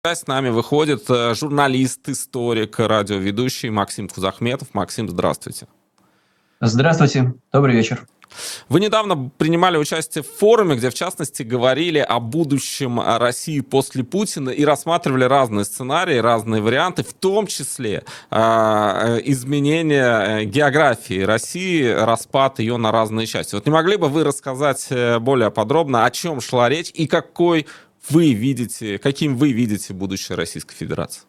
С нами выходит журналист, историк, радиоведущий Максим Кузахметов. Максим, здравствуйте. Здравствуйте, добрый вечер. Вы недавно принимали участие в форуме, где, в частности, говорили о будущем России после Путина и рассматривали разные сценарии, разные варианты, в том числе изменение географии России, распад ее на разные части. Вот не могли бы вы рассказать более подробно, о чем шла речь и каким вы видите будущее Российской Федерации?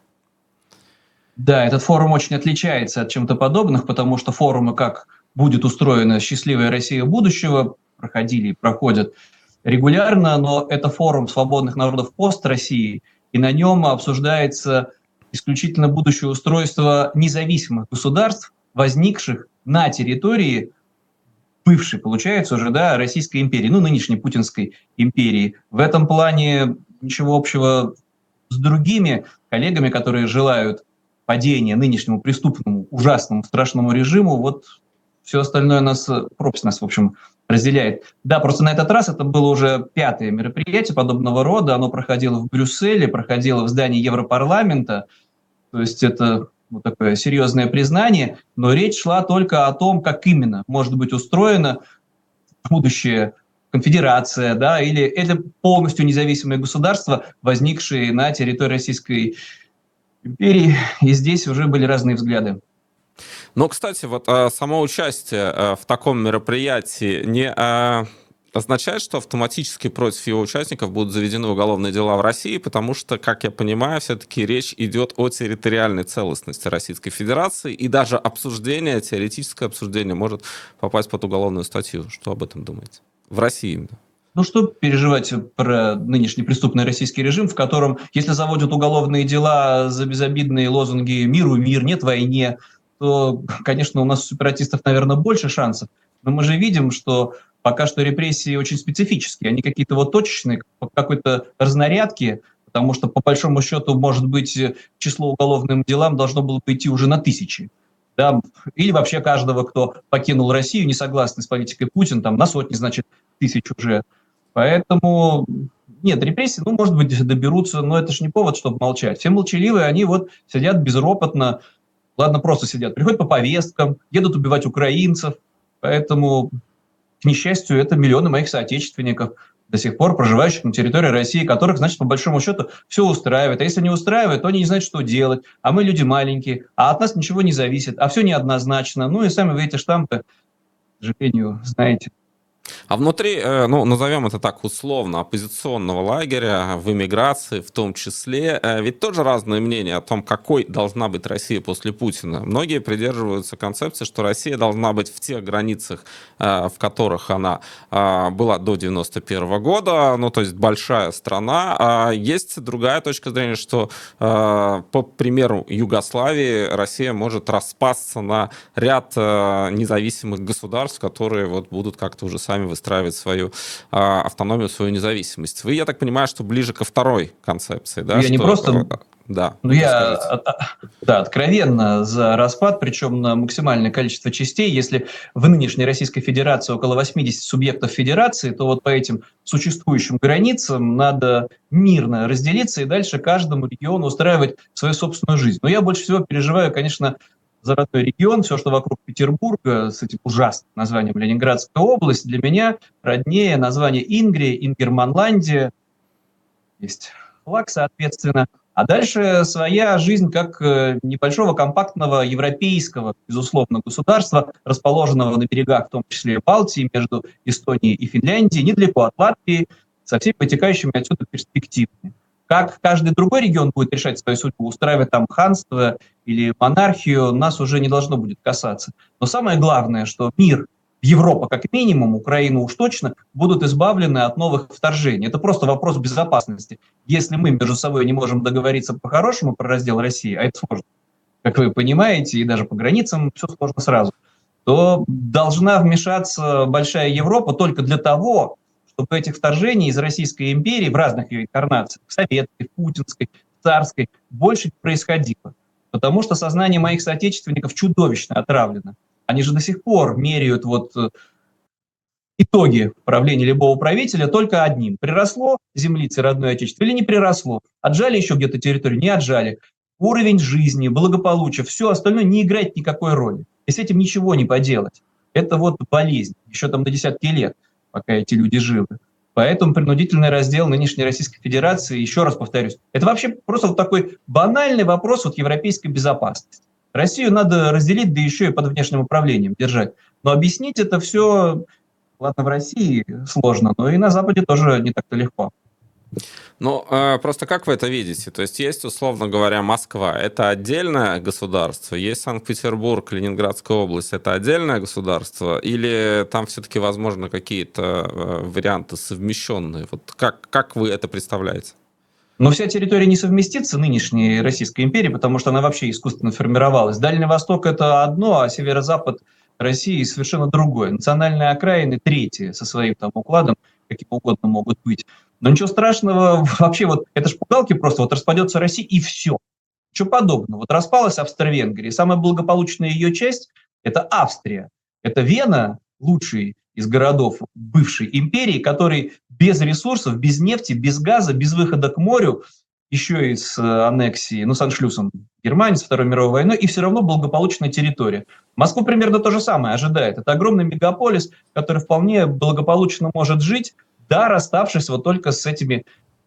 Да, этот форум очень отличается от чем-то подобных, потому что форумы «Как будет устроена счастливая Россия будущего» проходили и проходят регулярно, но это форум свободных народов пост России, и на нем обсуждается исключительно будущее устройство независимых государств, возникших на территории бывшей, получается, уже, да, Российской империи, ну, нынешней Путинской империи. В этом плане ничего общего с другими коллегами, которые желают падения нынешнему преступному, ужасному, страшному режиму. Вот все остальное пропасть нас, в общем, разделяет. Да, просто на этот раз это было уже пятое мероприятие подобного рода. Оно проходило в Брюсселе, проходило в здании Европарламента. То есть это вот такое серьезное признание, но речь шла только о том, как именно может быть устроена будущее конфедерация, да, или это полностью независимые государства, возникшие на территории Российской империи, и здесь уже были разные взгляды. Но, кстати, вот само участие в таком мероприятии не означает, что автоматически против его участников будут заведены уголовные дела в России, потому что, как я понимаю, все-таки речь идет о территориальной целостности Российской Федерации, и даже теоретическое обсуждение может попасть под уголовную статью. Что об этом думаете? В России именно. Ну что переживать про нынешний преступный российский режим, в котором, если заводят уголовные дела за безобидные лозунги «миру мир, нет войне», то, конечно, у нас у сепаратистов, наверное, больше шансов. Но мы же видим, что пока что репрессии очень специфические, они какие-то вот точечные, по какой-то разнарядке, потому что, по большому счету, может быть, число уголовным делам должно было бы идти уже на тысячи. Да? Или вообще каждого, кто покинул Россию, не согласный с политикой Путина, там на сотни, значит, тысяч уже. Поэтому нет, репрессии, ну, может быть, доберутся, но это же не повод, чтобы молчать. Все молчаливые, они вот сидят безропотно, ладно, просто сидят, приходят по повесткам, едут убивать украинцев. Поэтому, к несчастью, это миллионы моих соотечественников, до сих пор проживающих на территории России, которых, значит, по большому счету, все устраивает. А если не устраивает, то они не знают, что делать. А мы люди маленькие, а от нас ничего не зависит, а все неоднозначно. Ну и сами вы эти штампы, к сожалению, знаете. А внутри, ну, назовем это так условно, оппозиционного лагеря, в эмиграции в том числе, ведь тоже разные мнения о том, какой должна быть Россия после Путина. Многие придерживаются концепции, что Россия должна быть в тех границах, в которых она была до 91 года, ну, то есть большая страна. А есть другая точка зрения, что, по примеру Югославии, Россия может распасться на ряд независимых государств, которые вот будут как-то уже сами выстраивать свою автономию, свою независимость. Вы, я так понимаю, что ближе ко второй концепции, да? Я не просто... Да, Ну, да, откровенно за распад, причем на максимальное количество частей. Если в нынешней Российской Федерации около 80 субъектов федерации, то вот по этим существующим границам надо мирно разделиться и дальше каждому региону устраивать свою собственную жизнь. Но я больше всего переживаю, конечно, за родной регион, все, что вокруг Петербурга, с этим ужасным названием Ленинградская область, для меня роднее название Ингрия, Ингерманландия, есть флаг, соответственно. А дальше своя жизнь как небольшого компактного европейского, безусловно, государства, расположенного на берегах, в том числе Балтии, между Эстонией и Финляндией, недалеко от Латвии, со всеми вытекающими отсюда перспективами. Как каждый другой регион будет решать свою судьбу, устраивать там ханство или монархию, нас уже не должно будет касаться. Но самое главное, что мир, Европа как минимум, Украина уж точно, будут избавлены от новых вторжений. Это просто вопрос безопасности. Если мы между собой не можем договориться по-хорошему про раздел России, а это сложно, как вы понимаете, и даже по границам все сложно сразу, то должна вмешаться большая Европа только для того, чтобы этих вторжений из Российской империи в разных ее инкарнациях, в советской, в путинской, в царской, больше не происходило. Потому что сознание моих соотечественников чудовищно отравлено. Они же до сих пор меряют вот итоги правления любого правителя только одним. Приросло землицы родное отечество или не приросло? Отжали еще где-то территорию? Не отжали. Уровень жизни, благополучие, все остальное не играет никакой роли. И с этим ничего не поделать. Это вот болезнь, еще там на десятки лет, пока эти люди живы. Поэтому принудительный раздел нынешней Российской Федерации, еще раз повторюсь, это вообще просто вот такой банальный вопрос вот европейской безопасности. Россию надо разделить, да еще и под внешним управлением держать. Но объяснить это все, ладно, в России сложно, но и на Западе тоже не так-то легко. Ну, просто как вы это видите? То есть, условно говоря, Москва — это отдельное государство, есть Санкт-Петербург, Ленинградская область — это отдельное государство, или там все-таки возможно какие-то варианты совмещенные? Вот как вы это представляете? Но вся территория не совместится нынешней Российской империи, потому что она вообще искусственно формировалась. Дальний Восток — это одно, а северо-запад России совершенно другое. Национальные окраины третье со своим там укладом, каким угодно могут быть. Но ничего страшного, вообще вот это ж пугалки просто, вот распадется Россия и все. Ничего подобного. Вот распалась Австро-Венгрия, самая благополучная ее часть — это Австрия. Это Вена, лучший из городов бывшей империи, который без ресурсов, без нефти, без газа, без выхода к морю, еще и с аннексией, ну, с аншлюсом Германии, с Второй мировой войной, и все равно благополучная территория. Москву примерно то же самое ожидает. Это огромный мегаполис, который вполне благополучно может жить, да, расставшись вот только с этими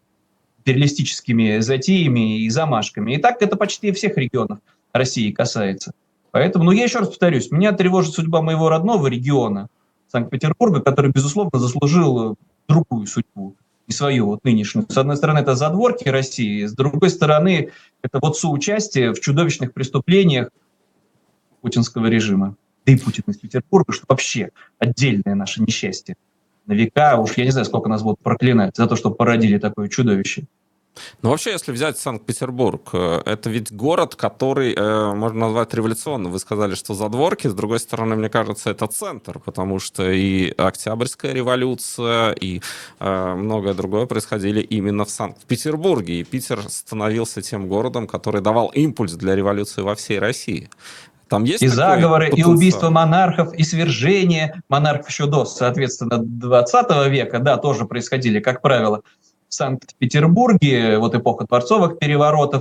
империалистическими затеями и замашками. И так это почти всех регионов России касается. Поэтому, ну, я еще раз повторюсь, меня тревожит судьба моего родного региона, Санкт-Петербурга, который, безусловно, заслужил другую судьбу, не свою вот нынешнюю. С одной стороны, это задворки России, с другой стороны, это вот соучастие в чудовищных преступлениях путинского режима. Да и Путин из Петербурга, что вообще отдельное наше несчастье. На века, уж я не знаю, сколько нас будут проклинать за то, что породили такое чудовище. Ну, вообще, если взять Санкт-Петербург, это ведь город, который можно назвать революционным. Вы сказали, что задворки, с другой стороны, мне кажется, это центр, потому что и Октябрьская революция, и многое другое происходили именно в Санкт-Петербурге. И Питер становился тем городом, который давал импульс для революции во всей России. Там есть и такой заговоры, потенциал? и убийство монархов, и свержение монархов еще до, соответственно, 20 века, да, тоже происходили, как правило, в Санкт-Петербурге, вот эпоха дворцовых переворотов.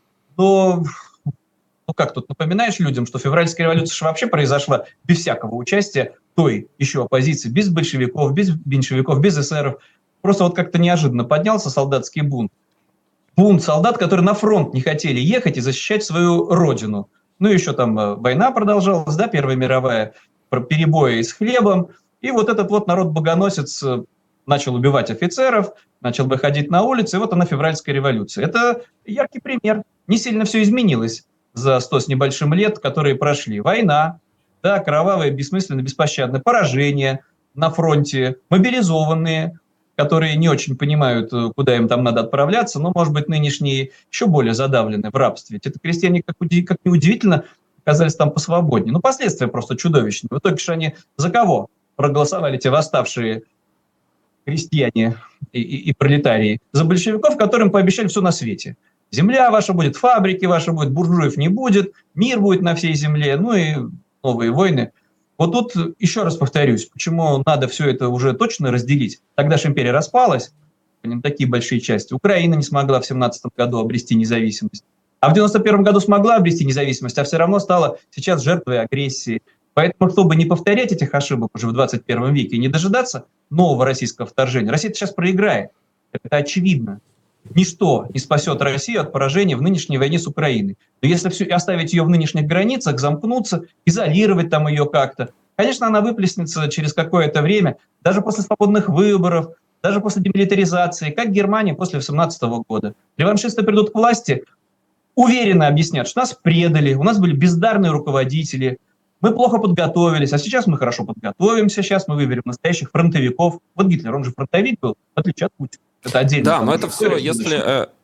Но, ну как тут напоминаешь людям, что февральская революция же вообще произошла без всякого участия той еще оппозиции, без большевиков, без меньшевиков, без эсеров. Просто вот как-то неожиданно поднялся солдатский бунт. Бунт солдат, которые на фронт не хотели ехать и защищать свою родину. Ну, еще там война продолжалась, да, Первая мировая, перебои с хлебом. И вот этот вот народ-богоносец начал убивать офицеров, начал выходить на улицы, и вот она, февральская революция. Это яркий пример. Не сильно все изменилось за 100 с небольшим лет, которые прошли. Война, да, кровавое, бессмысленное, беспощадное поражение на фронте, мобилизованные, которые не очень понимают, куда им там надо отправляться, но, может быть, нынешние еще более задавлены в рабстве. Ведь это крестьяне, как ни удивительно, оказались там посвободнее. Ну, последствия просто чудовищные. В итоге же они за кого проголосовали, те восставшие крестьяне и пролетарии? За большевиков, которым пообещали все на свете. Земля ваша будет, фабрики ваши будут, буржуев не будет, мир будет на всей земле, ну и новые войны. Вот тут еще раз повторюсь, почему надо все это уже точно разделить. Тогда же империя распалась, не такие большие части. Украина не смогла в 17 году обрести независимость. А в 91 году смогла обрести независимость, а все равно стала сейчас жертвой агрессии. Поэтому, чтобы не повторять этих ошибок уже в 21 веке и не дожидаться нового российского вторжения, Россия сейчас проиграет. Это очевидно. Ничто не спасет Россию от поражения в нынешней войне с Украиной. Но если все, оставить ее в нынешних границах, замкнуться, изолировать там ее как-то, конечно, она выплеснется через какое-то время, даже после свободных выборов, даже после демилитаризации, как Германия после 18 года. Реваншисты придут к власти, уверенно объяснят, что нас предали, у нас были бездарные руководители, мы плохо подготовились, а сейчас мы хорошо подготовимся, сейчас мы выберем настоящих фронтовиков. Вот Гитлер, он же фронтовик был, в отличие от Путина. Это отдельно. Да, но это все,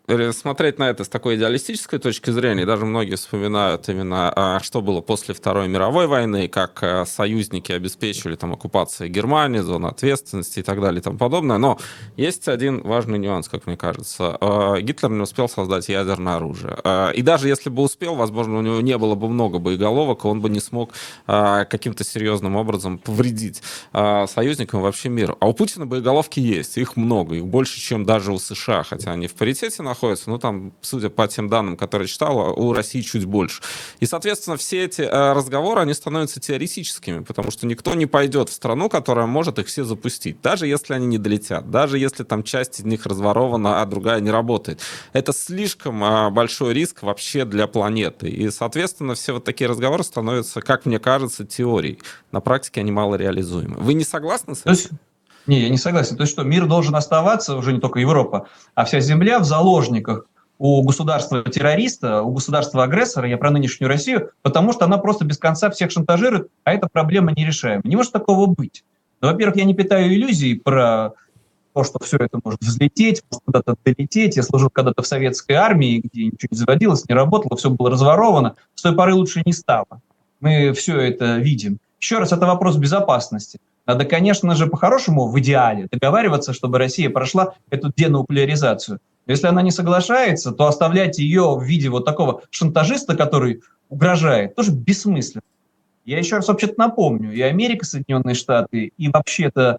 смотреть на это с такой идеалистической точки зрения, даже многие вспоминают именно, что было после Второй мировой войны, как союзники обеспечивали там оккупацию Германии, зону ответственности и так далее и тому подобное. Но есть один важный нюанс, как мне кажется. Гитлер не успел создать ядерное оружие. И даже если бы успел, возможно, у него не было бы много боеголовок, и он бы не смог каким-то серьезным образом повредить союзникам и вообще миру. А у Путина боеголовки есть, их много, их больше, чем даже у США, хотя они в паритете находятся, но там, судя по тем данным, которые я читал, у России чуть больше. И, соответственно, все эти разговоры, они становятся теоретическими, потому что никто не пойдет в страну, которая может их все запустить, даже если они не долетят, даже если там часть из них разворована, а другая не работает. Это слишком большой риск вообще для планеты. И, соответственно, все вот такие разговоры становятся, как мне кажется, теорией. На практике они мало реализуемы. Вы не согласны с этим? Не, я не согласен. То есть что, мир должен оставаться, уже не только Европа, а вся Земля в заложниках у государства-террориста, у государства-агрессора, я про нынешнюю Россию, потому что она просто без конца всех шантажирует, а эта проблема нерешаемая. Не может такого быть. Ну, во-первых, я не питаю иллюзий про то, что все это может взлететь, может куда-то долететь. Я служил когда-то в советской армии, где ничего не заводилось, не работало, все было разворовано. С той поры лучше не стало. Мы все это видим. Еще раз, это вопрос безопасности. Надо, конечно же, по-хорошему, в идеале, договариваться, чтобы Россия прошла эту денуклеаризацию. Но если она не соглашается, то оставлять ее в виде вот такого шантажиста, который угрожает, тоже бессмысленно. Я еще раз вообще-то напомню, и Америка, Соединенные Штаты, и вообще-то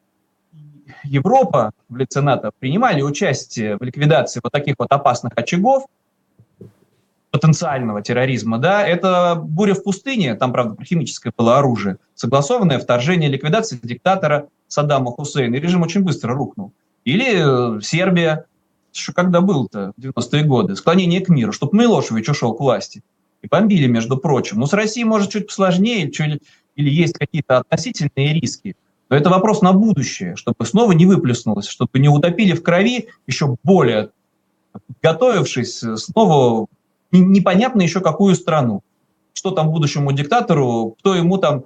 Европа в лице НАТО принимали участие в ликвидации вот таких вот опасных очагов потенциального терроризма, да, это буря в пустыне, там, правда, химическое было оружие, согласованное вторжение, ликвидация диктатора Саддама Хусейна, и режим очень быстро рухнул. Или Сербия, еще когда был-то, в 90-е годы, склонение к миру, чтобы Милошевич ушел к власти. И бомбили, между прочим. Но с Россией, может, чуть посложнее, или есть какие-то относительные риски. Но это вопрос на будущее, чтобы снова не выплеснулось, чтобы не утопили в крови, еще более готовившись, снова непонятно еще какую страну. Что там будущему диктатору, кто ему там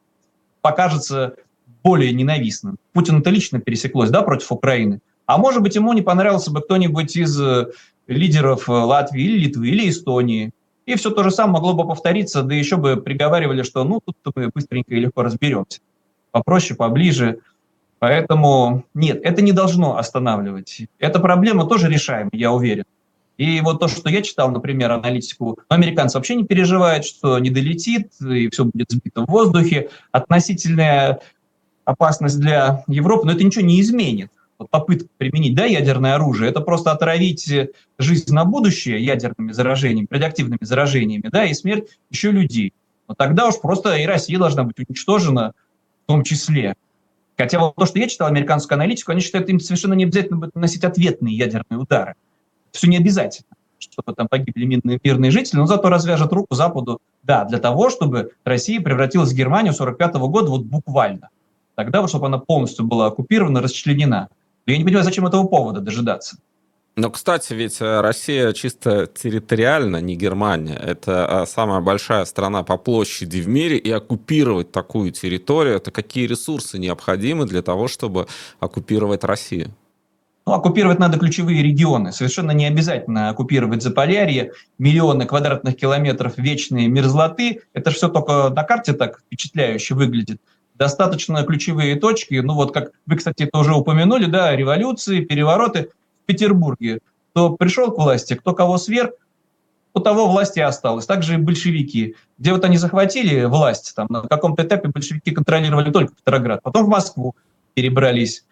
покажется более ненавистным. Путину-то лично пересеклось, да, против Украины. А может быть, ему не понравился бы кто-нибудь из лидеров Латвии или Литвы или Эстонии. И все то же самое могло бы повториться, да еще бы приговаривали, что ну тут мы быстренько и легко разберемся. Попроще, поближе. Поэтому нет, это не должно останавливать. Эта проблема тоже решаема, я уверен. И вот то, что я читал, например, аналитику, американцы вообще не переживают, что не долетит, и все будет сбито в воздухе. Относительная опасность для Европы, но это ничего не изменит. Вот попытка применить, да, ядерное оружие, это просто отравить жизнь на будущее ядерными заражениями, радиоактивными заражениями, да, и смерть еще людей. Но тогда уж просто и Россия должна быть уничтожена в том числе. Хотя вот то, что я читал американскую аналитику, они считают, им совершенно не обязательно будет наносить ответные ядерные удары. Все не обязательно, чтобы там погибли мирные жители, но зато развяжет руку Западу, да, для того, чтобы Россия превратилась в Германию 1945 года вот буквально. Тогда вот, чтобы она полностью была оккупирована, расчленена. Я не понимаю, зачем этого повода дожидаться. Но, кстати, ведь Россия чисто территориально, не Германия. Это самая большая страна по площади в мире, и оккупировать такую территорию, это какие ресурсы необходимы для того, чтобы оккупировать Россию? Ну, оккупировать надо ключевые регионы. Совершенно не обязательно оккупировать Заполярье, миллионы квадратных километров вечной мерзлоты. Это же все только на карте так впечатляюще выглядит. Достаточно ключевые точки. Ну вот как вы, кстати, это уже упомянули, да, революции, перевороты в Петербурге. Кто пришел к власти, кто кого сверг, у того власти осталось. Также и большевики. Где вот они захватили власть, там, на каком-то этапе большевики контролировали только Петроград. Потом в Москву перебрались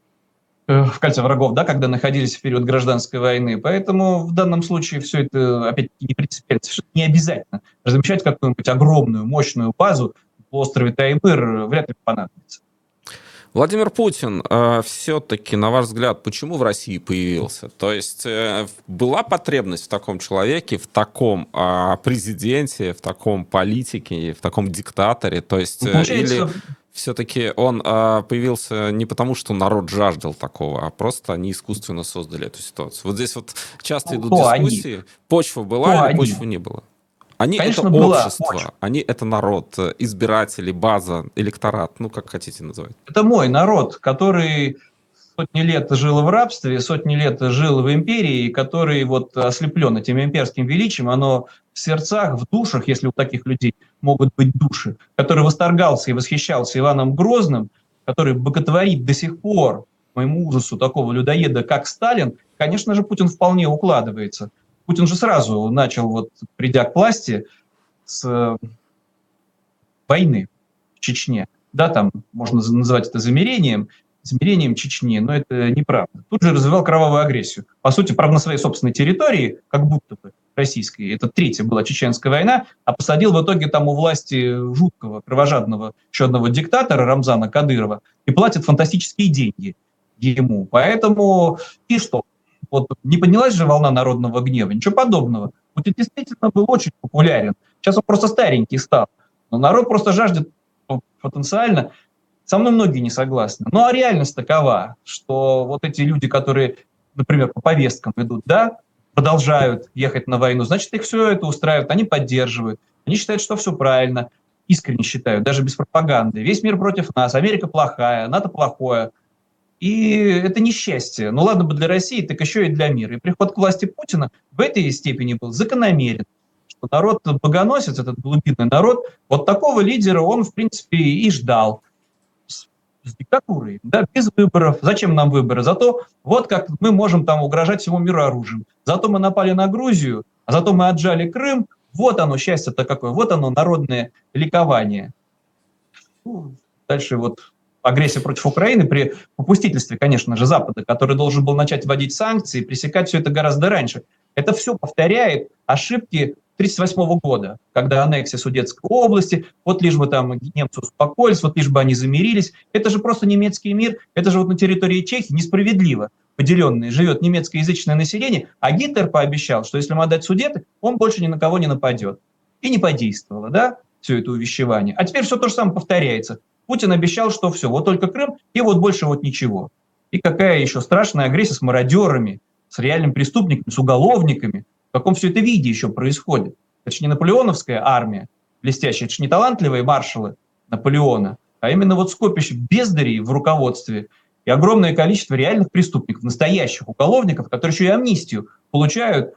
в кольце врагов, да, когда находились в период гражданской войны. Поэтому в данном случае все это, опять-таки, не принципиально. Совершенно не обязательно размещать какую-нибудь огромную, мощную базу в острове Таймыр вряд ли понадобится. Владимир Путин все-таки, на ваш взгляд, почему в России появился? То есть была потребность в таком человеке, в таком президенте, в таком политике, в таком диктаторе? То есть или все-таки он появился не потому, что народ жаждал такого, а просто они искусственно создали эту ситуацию? Вот здесь вот часто идут дискуссии, почва была или почвы не было? Они конечно, это общество, они это народ, избиратели, база, электорат, ну как хотите называть. Это мой народ, который сотни лет жил в рабстве, сотни лет жил в империи, который вот ослеплен этим имперским величием, оно в сердцах, в душах, если у таких людей могут быть души, который восторгался и восхищался Иваном Грозным, который боготворит до сих пор, к моему ужасу, такого людоеда, как Сталин, конечно же, Путин вполне укладывается. Путин же сразу начал, вот, придя к власти, с войны в Чечне. Да, там можно называть это измерением Чечни, но это неправда. Тут же развивал кровавую агрессию. По сути, правда, на своей собственной территории, как будто бы российской, это третья была Чеченская война, а посадил в итоге там у власти жуткого, кровожадного еще одного диктатора Рамзана Кадырова и платит фантастические деньги ему. Поэтому и что? Вот не поднялась же волна народного гнева, ничего подобного. Путин действительно был очень популярен. Сейчас он просто старенький стал. Но народ просто жаждет потенциально. Со мной многие не согласны. Ну а реальность такова, что вот эти люди, которые, например, по повесткам идут, да, продолжают ехать на войну, значит, их все это устраивает, они поддерживают, они считают, что все правильно, искренне считают, даже без пропаганды. Весь мир против нас, Америка плохая, НАТО плохое. И это несчастье. Ну ладно бы для России, так еще и для мира. И приход к власти Путина в этой степени был закономерен. Что народ богоносец, этот глубинный народ, вот такого лидера он, в принципе, и ждал. С диктатурой, да, без выборов. Зачем нам выборы? Зато вот как мы можем там угрожать всему миру оружием. Зато мы напали на Грузию, а зато мы отжали Крым. Вот оно, счастье-то какое. Вот оно, народное ликование. Ну, дальше вот агрессия против Украины при попустительстве, конечно же, Запада, который должен был начать вводить санкции, пресекать все это гораздо раньше. Это все повторяет ошибки 1938 года, когда аннексия Судетской области, вот лишь бы там немцы успокоились, вот лишь бы они замирились. Это же просто немецкий мир, это же вот на территории Чехии несправедливо поделенный живет немецкоязычное население, а Гитлер пообещал, что если ему отдать Судеты, он больше ни на кого не нападет. И не подействовало, да, все это увещевание. А теперь все то же самое повторяется. Путин обещал, что все, вот только Крым, и вот больше вот ничего. И какая еще страшная агрессия с мародерами, с реальными преступниками, с уголовниками. В каком все это виде еще происходит? Это же не наполеоновская армия блестящая, это же не талантливые маршалы Наполеона, а именно вот скопище бездарей в руководстве и огромное количество реальных преступников, настоящих уголовников, которые еще и амнистию получают,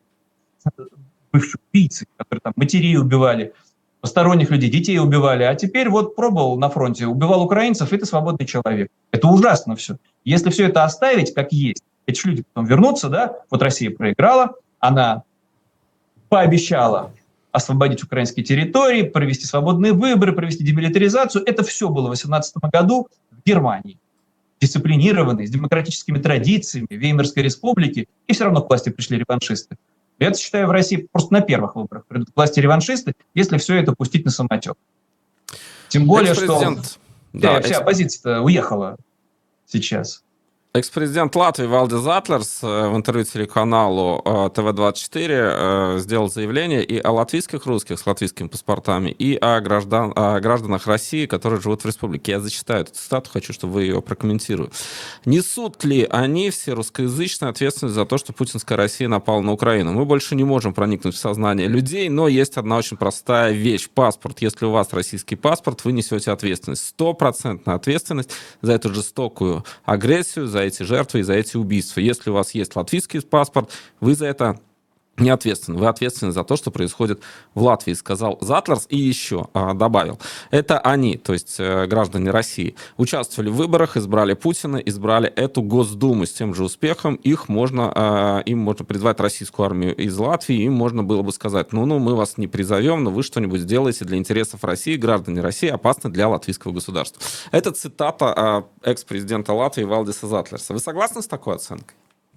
бывшие убийцы, которые там матерей убивали, посторонних людей, детей убивали, а теперь вот пробовал на фронте, убивал украинцев, и ты свободный человек. Это ужасно все. Если все это оставить как есть, эти же люди потом вернутся, да, вот Россия проиграла, она пообещала освободить украинские территории, провести свободные выборы, провести демилитаризацию. Это все было в 2018 году в Германии. Дисциплинированные, с демократическими традициями Веймарской республики, и все равно к власти пришли реваншисты. Я считаю, в России просто на первых выборах придут к власти реваншисты, если все это пустить на самотек. Тем более, что вся оппозиция уехала сейчас. Экс-президент Латвии Валдис Затлерс в интервью телеканалу ТВ-24 сделал заявление и о латвийских русских с латвийскими паспортами, и о гражданах России, которые живут в республике. Я зачитаю эту цитату, хочу, чтобы вы ее прокомментировали. Несут ли они все русскоязычную ответственность за то, что путинская Россия напала на Украину? Мы больше не можем проникнуть в сознание людей, но есть одна очень простая вещь. Паспорт. Если у вас российский паспорт, вы несете ответственность. 100% ответственность за эту жестокую агрессию, за эти жертвы и за эти убийства. Если у вас есть латвийский паспорт, вы за это не ответственны. Вы ответственны за то, что происходит в Латвии, сказал Затлерс. И еще добавил, это они, то есть граждане России, участвовали в выборах, избрали Путина, избрали эту Госдуму с тем же успехом. Им можно призвать российскую армию из Латвии, им можно было бы сказать, ну, мы вас не призовем, но вы что-нибудь сделаете для интересов России. Граждане России опасны для латвийского государства. Это цитата экс-президента Латвии Валдиса Затлерса. Вы согласны с такой оценкой?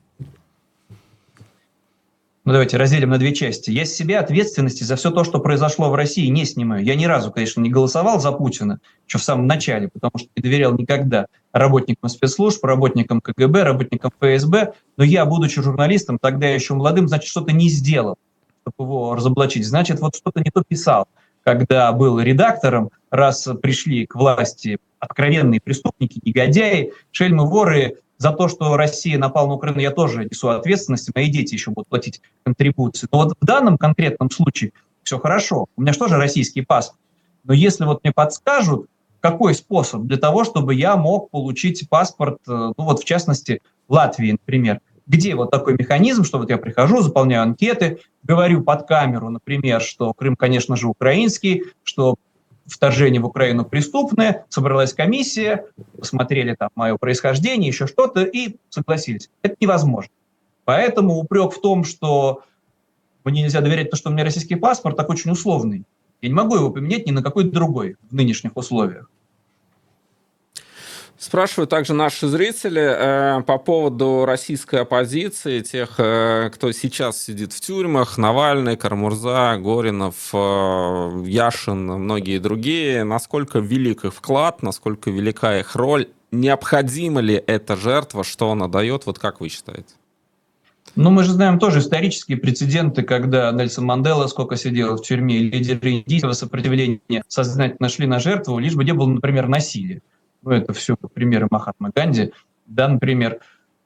Ну, давайте разделим на две части. Я с себя ответственности за все то, что произошло в России, не снимаю. Я ни разу, конечно, не голосовал за Путина, еще в самом начале, потому что не доверял никогда работникам спецслужб, работникам КГБ, работникам ФСБ. Но я, будучи журналистом, тогда еще молодым, значит, что-то не сделал, чтобы его разоблачить. Значит, вот что-то не то писал, когда был редактором, раз пришли к власти откровенные преступники, негодяи, шельмы, воры. За то, что Россия напала на Украину, я тоже несу ответственность, мои дети еще будут платить контрибуции. Но вот в данном конкретном случае все хорошо. У меня же тоже российский паспорт. Но если вот мне подскажут, какой способ для того, чтобы я мог получить паспорт, ну вот в частности, Латвии, например. Где вот такой механизм, что вот я прихожу, заполняю анкеты, говорю под камеру, например, что Крым, конечно же, украинский, что вторжение в Украину преступное, собралась комиссия, посмотрели там мое происхождение, еще что-то, и согласились. Это невозможно. Поэтому упрек в том, что мне нельзя доверять то, что у меня российский паспорт, так очень условный. Я не могу его поменять ни на какой другой в нынешних условиях. Спрашивают также наши зрители по поводу российской оппозиции, тех, кто сейчас сидит в тюрьмах: Навальный, Карамурза, Горинов, Яшин, многие другие. Насколько велик их вклад, насколько велика их роль? Необходима ли эта жертва, что она дает? Вот как вы считаете? Но мы же знаем тоже исторические прецеденты, когда Нельсон Мандела сколько сидел в тюрьме, лидеры индийского сопротивления сознательно шли на жертву, лишь бы не было, например, насилия. Ну, это все примеры Махатмы Ганди, да, например.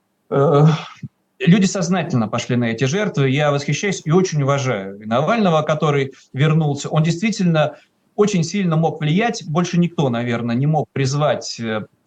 Люди сознательно пошли на эти жертвы. Я восхищаюсь и очень уважаю и Навального, который вернулся. Он действительно очень сильно мог влиять. Больше никто, наверное, не мог призвать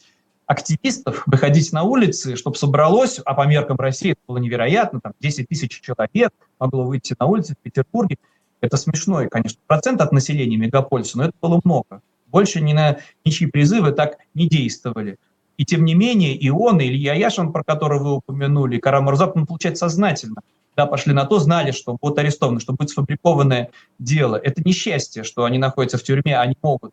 активистов выходить на улицы, чтобы собралось, а по меркам России это было невероятно, там 10 тысяч человек могло выйти на улицы в Петербурге. Это смешной, конечно, процент от населения мегаполиса, но это было много. Больше ни на ничьи призывы так не действовали. И тем не менее, и он, и Илья Яшин, про которого вы упомянули, и Кара-Мурза, ну, получается, сознательно пошли на то, знали, что будут арестованы, что будет сфабрикованное дело. Это несчастье, что они находятся в тюрьме, они могут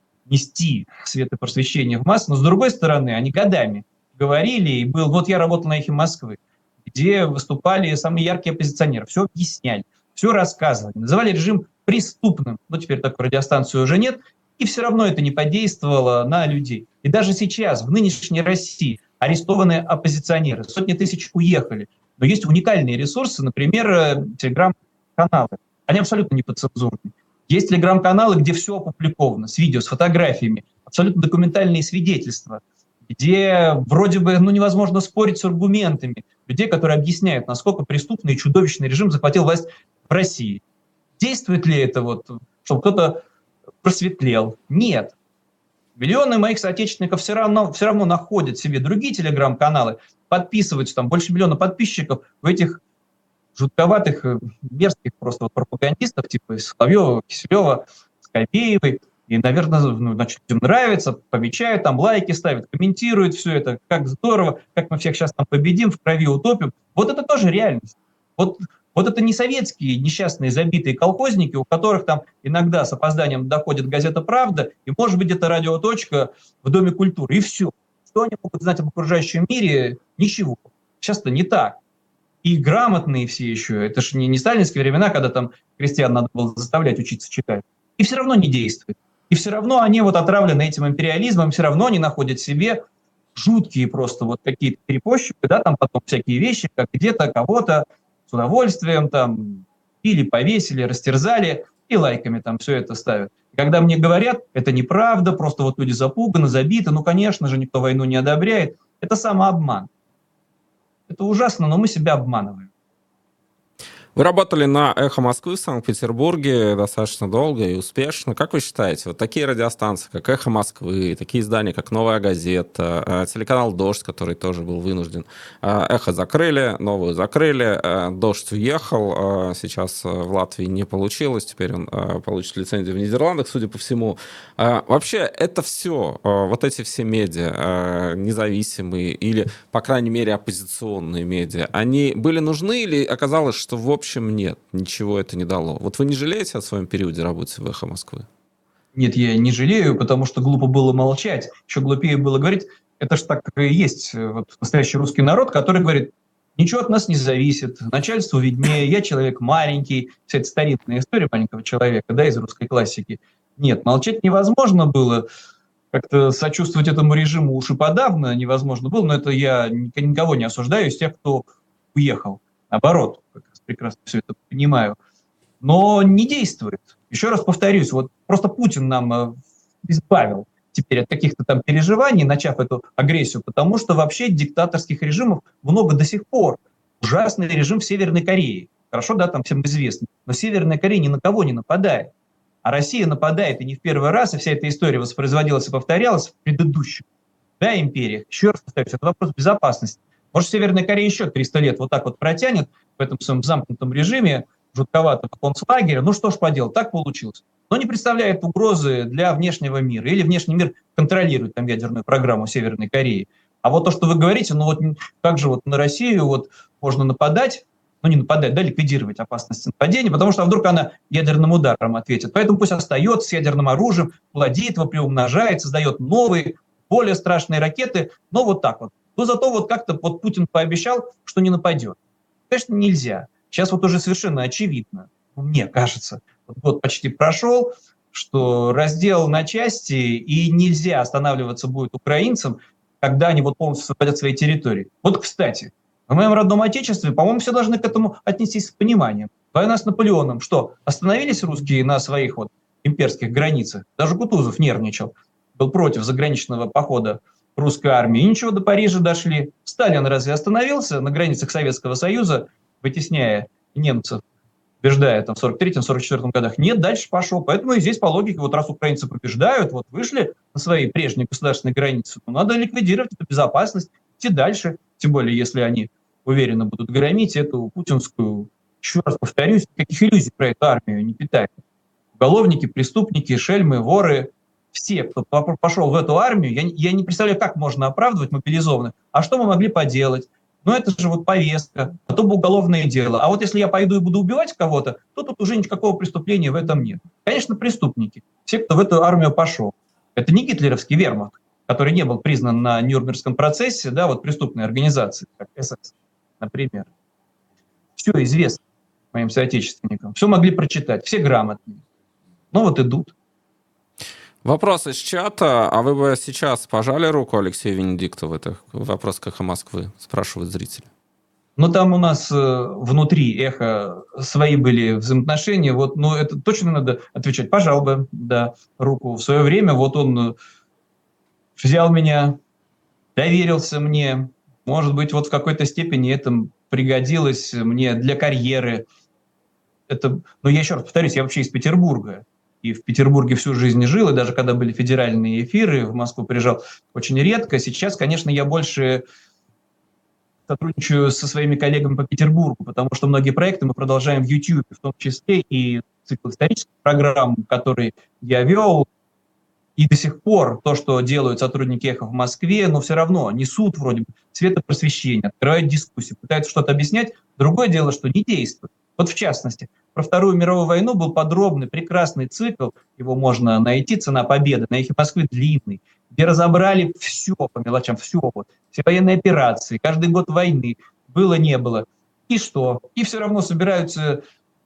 нести свет и просвещение в массы, но с другой стороны, они годами говорили, и был, вот я работал на «Эхе Москвы», где выступали самые яркие оппозиционеры, все объясняли, все рассказывали, называли режим преступным, но теперь такой радиостанции уже нет, и все равно это не подействовало на людей. И даже сейчас, в нынешней России, арестованные оппозиционеры, сотни тысяч уехали, но есть уникальные ресурсы, например, телеграм-каналы, они абсолютно не подцензурны. Есть телеграм-каналы, где все опубликовано, с видео, с фотографиями, абсолютно документальные свидетельства, где вроде бы невозможно спорить с аргументами людей, которые объясняют, насколько преступный и чудовищный режим захватил власть в России. Действует ли это, чтобы кто-то просветлел? Нет. Миллионы моих соотечественников все равно находят себе другие телеграм-каналы, подписываются, там больше миллиона подписчиков в этих жутковатых, мерзких просто пропагандистов, типа Соловьева, Киселева, Скобеевой. И, наверное, значит, им нравится, помечают, там лайки ставят, комментируют все это, как здорово, как мы всех сейчас там победим, в крови утопим. Вот это тоже реальность. Вот это не советские несчастные забитые колхозники, у которых там иногда с опозданием доходит газета «Правда», и, может быть, это радиоточка в Доме культуры, и все. Что они могут знать об окружающем мире? Ничего. Сейчас-то не так. И грамотные все еще. Это же не сталинские времена, когда там крестьян надо было заставлять учиться читать. И все равно не действует. И все равно они отравлены этим империализмом, все равно они находят в себе жуткие просто какие-то перепощики, да, там потом всякие вещи, как где-то кого-то с удовольствием там или повесили, растерзали, и лайками там все это ставят. И когда мне говорят, это неправда, просто люди запуганы, забиты, конечно же, никто войну не одобряет, это самообман. Это ужасно, но мы себя обманываем. Вы работали на «Эхо Москвы» в Санкт-Петербурге достаточно долго и успешно. Как вы считаете, такие радиостанции, как «Эхо Москвы», такие издания, как «Новая газета», телеканал «Дождь», который тоже был вынужден, «Эхо» закрыли, «Новую» закрыли, «Дождь» уехал, сейчас в Латвии не получилось, теперь он получит лицензию в Нидерландах, судя по всему. Вообще, это все, эти все медиа, независимые или, по крайней мере, оппозиционные медиа, они были нужны или оказалось, что в общем нет, ничего это не дало? Вы не жалеете о своем периоде работы в «Эхо Москвы»? Нет, я не жалею, потому что глупо было молчать, еще глупее было говорить. Это же так и есть настоящий русский народ, который говорит, ничего от нас не зависит, начальству виднее, я человек маленький, вся эта старинная история маленького человека, из русской классики. Нет, молчать невозможно было, как-то сочувствовать этому режиму уж и подавно невозможно было, но это я никого не осуждаю из тех, кто уехал. Наоборот, прекрасно все это понимаю. Но не действует. Еще раз повторюсь, просто Путин нам избавил теперь от каких-то там переживаний, начав эту агрессию, потому что вообще диктаторских режимов много до сих пор. Ужасный режим в Северной Корее. Хорошо, там всем известно. Но Северная Корея ни на кого не нападает. А Россия нападает и не в первый раз, и вся эта история воспроизводилась и повторялась в предыдущих, да, империях. Еще раз повторюсь, это вопрос безопасности. Может, Северная Корея еще 300 лет вот так вот протянет в этом своем замкнутом режиме, жутковатого концлагеря. Ну что ж поделать, так получилось. Но не представляет угрозы для внешнего мира. Или внешний мир контролирует там ядерную программу Северной Кореи. А вот то, что вы говорите, ну вот как же вот на Россию вот можно нападать, ну не нападать, да, ликвидировать опасность нападения, потому что вдруг она ядерным ударом ответит. Поэтому пусть остается с ядерным оружием, владеет его, приумножает, создает новые, более страшные ракеты, но вот так вот. Но зато вот как-то вот Путин пообещал, что не нападет. Конечно, нельзя. Сейчас вот уже совершенно очевидно, мне кажется, вот год почти прошел, что раздел на части, и нельзя останавливаться будет украинцам, когда они вот полностью освободят свои территории. Вот, кстати, в моем родном Отечестве, по-моему, все должны к этому отнестись с пониманием. Война с Наполеоном, что, остановились русские на своих вот имперских границах? Даже Кутузов нервничал, был против заграничного похода русской армии. И ничего, до Парижа дошли. Сталин разве остановился на границах Советского Союза, вытесняя немцев, побеждая там в 43-44 годах? Нет, дальше пошел. Поэтому и здесь по логике, вот раз украинцы побеждают, вот вышли на свои прежние государственные границы, ну, надо ликвидировать эту безопасность, идти дальше. Тем более, если они уверенно будут громить эту путинскую, еще раз повторюсь, никаких иллюзий про эту армию не питают. Уголовники, преступники, шельмы, воры, все, кто пошел в эту армию, я не представляю, как можно оправдывать мобилизованных. А что мы могли поделать? Ну, это же вот повестка, а то бы уголовное дело. А вот если я пойду и буду убивать кого-то, то тут уже никакого преступления в этом нет. Конечно, преступники, все, кто в эту армию пошел. Это не гитлеровский вермахт, который не был признан на Нюрнбергском процессе, да, вот преступной организации, как СС, например. Все известно моим соотечественникам, все могли прочитать, все грамотные. Ну вот идут. Вопрос из чата. А вы бы сейчас пожали руку Алексею Венедиктову? Это вопрос к «Эхо Москвы», спрашивают зрители. Но там у нас внутри «Эхо» свои были взаимоотношения. Вот, ну, это точно надо отвечать. Пожал бы, да, руку. В свое время вот он взял меня, доверился мне. Может быть, вот в какой-то степени это пригодилось мне для карьеры. Это, ну, я еще раз повторюсь, я вообще из Петербурга. И в Петербурге всю жизнь жил, и даже когда были федеральные эфиры, в Москву приезжал очень редко. Сейчас, конечно, я больше сотрудничаю со своими коллегами по Петербургу, потому что многие проекты мы продолжаем в YouTube, в том числе и цикл исторических программ, который я вел, и до сих пор то, что делают сотрудники «Эхо» в Москве, но все равно несут вроде бы светопросвещение, открывают дискуссии, пытаются что-то объяснять. Другое дело, что не действует. Вот в частности, про Вторую мировую войну был подробный, прекрасный цикл, его можно найти, «Цена победы», на «Эхе Москвы» длинный, где разобрали все по мелочам, все, вот, все военные операции, каждый год войны, было, не было. И что? И все равно собираются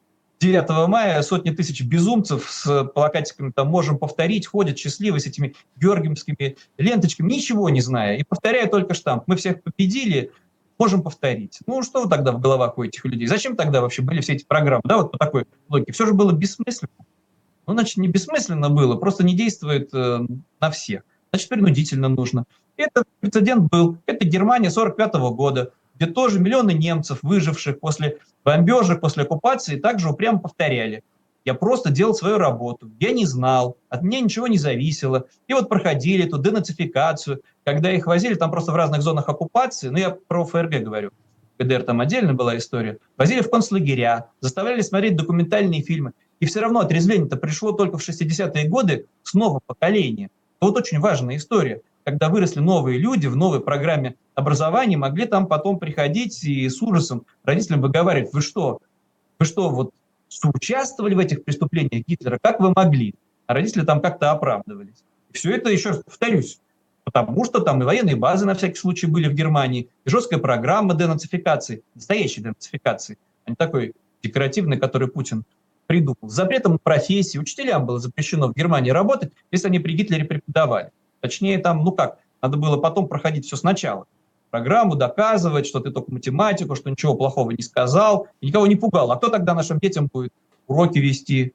9 мая сотни тысяч безумцев с плакатиками там «можем повторить», ходят счастливы с этими георгиевскими ленточками, ничего не зная, и повторяют только штамп: мы всех победили, можем повторить. Ну, что тогда в головах у этих людей? Зачем тогда вообще были все эти программы? Да, вот по такой логике. Все же было бессмысленно. Ну, значит, не бессмысленно было, просто не действует на всех. Значит, принудительно нужно. Это прецедент был. Это Германия 1945 года, где тоже миллионы немцев, выживших после бомбежек, после оккупации, также упрямо повторяли: я просто делал свою работу, я не знал, от меня ничего не зависело. И вот проходили эту денацификацию, когда их возили там просто в разных зонах оккупации, ну я про ФРГ говорю, ГДР там отдельно была история, возили в концлагеря, заставляли смотреть документальные фильмы. И все равно отрезвление-то пришло только в 60-е годы с нового поколения. Это вот очень важная история, когда выросли новые люди в новой программе образования, могли там потом приходить и с ужасом родителям выговаривать: вы что, вот соучаствовали в этих преступлениях Гитлера, как вы могли? А родители там как-то оправдывались. И все это, еще раз повторюсь, потому что там и военные базы на всякий случай были в Германии, и жесткая программа денацификации, настоящей денацификации, а не такой декоративной, который Путин придумал. С запретом на профессии. Учителям было запрещено в Германии работать, если они при Гитлере преподавали. Точнее, там, ну как, надо было потом проходить все сначала. Программу, доказывать, что ты только математику, что ничего плохого не сказал, и никого не пугал. А кто тогда нашим детям будет уроки вести?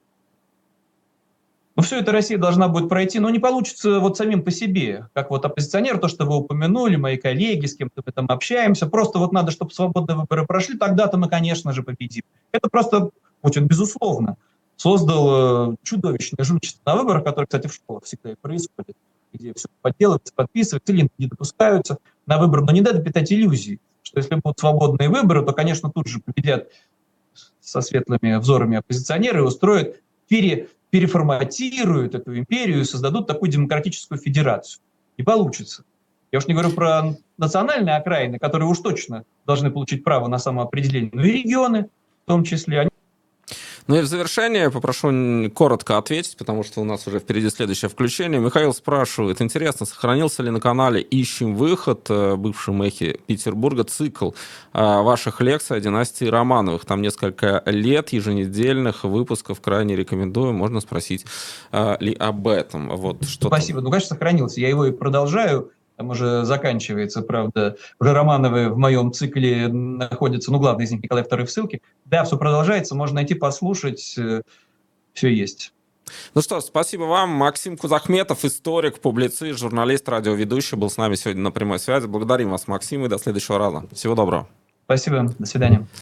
Ну, все это Россия должна будет пройти, но не получится вот самим по себе. Как вот оппозиционер, то, что вы упомянули, мои коллеги, с кем-то мы там общаемся, просто вот надо, чтобы свободные выборы прошли, тогда-то мы, конечно же, победим. Это просто очень безусловно создал чудовищное жульничество на выборах, которое, кстати, в школах всегда и происходит, где все подделывается, подписывается, или не допускаются на выборы. Но не надо питать иллюзий, что если будут свободные выборы, то, конечно, тут же победят со светлыми взорами оппозиционеры и устроят, переформатируют эту империю и создадут такую демократическую федерацию. Не получится. Я уж не говорю про национальные окраины, которые уж точно должны получить право на самоопределение, но и регионы в том числе. Они... Ну и в завершение попрошу коротко ответить, потому что у нас уже впереди следующее включение. Михаил спрашивает, интересно, сохранился ли на канале «Ищем выход», бывшем эхе Петербурга, цикл ваших лекций о династии Романовых? Там несколько лет еженедельных выпусков, крайне рекомендую, можно спросить ли об этом. Вот, что Спасибо. Ну, конечно, сохранился. Я его и продолжаю. Там уже заканчивается, правда. Уже Романовы в моем цикле находятся, ну, главный из них, Николай II, в ссылке. Да, все продолжается, можно найти, послушать, все есть. Ну что ж, спасибо вам. Максим Кузахметов, историк, публицист, журналист, радиоведущий, был с нами сегодня на прямой связи. Благодарим вас, Максим, и до следующего раза. Всего доброго. Спасибо, до свидания.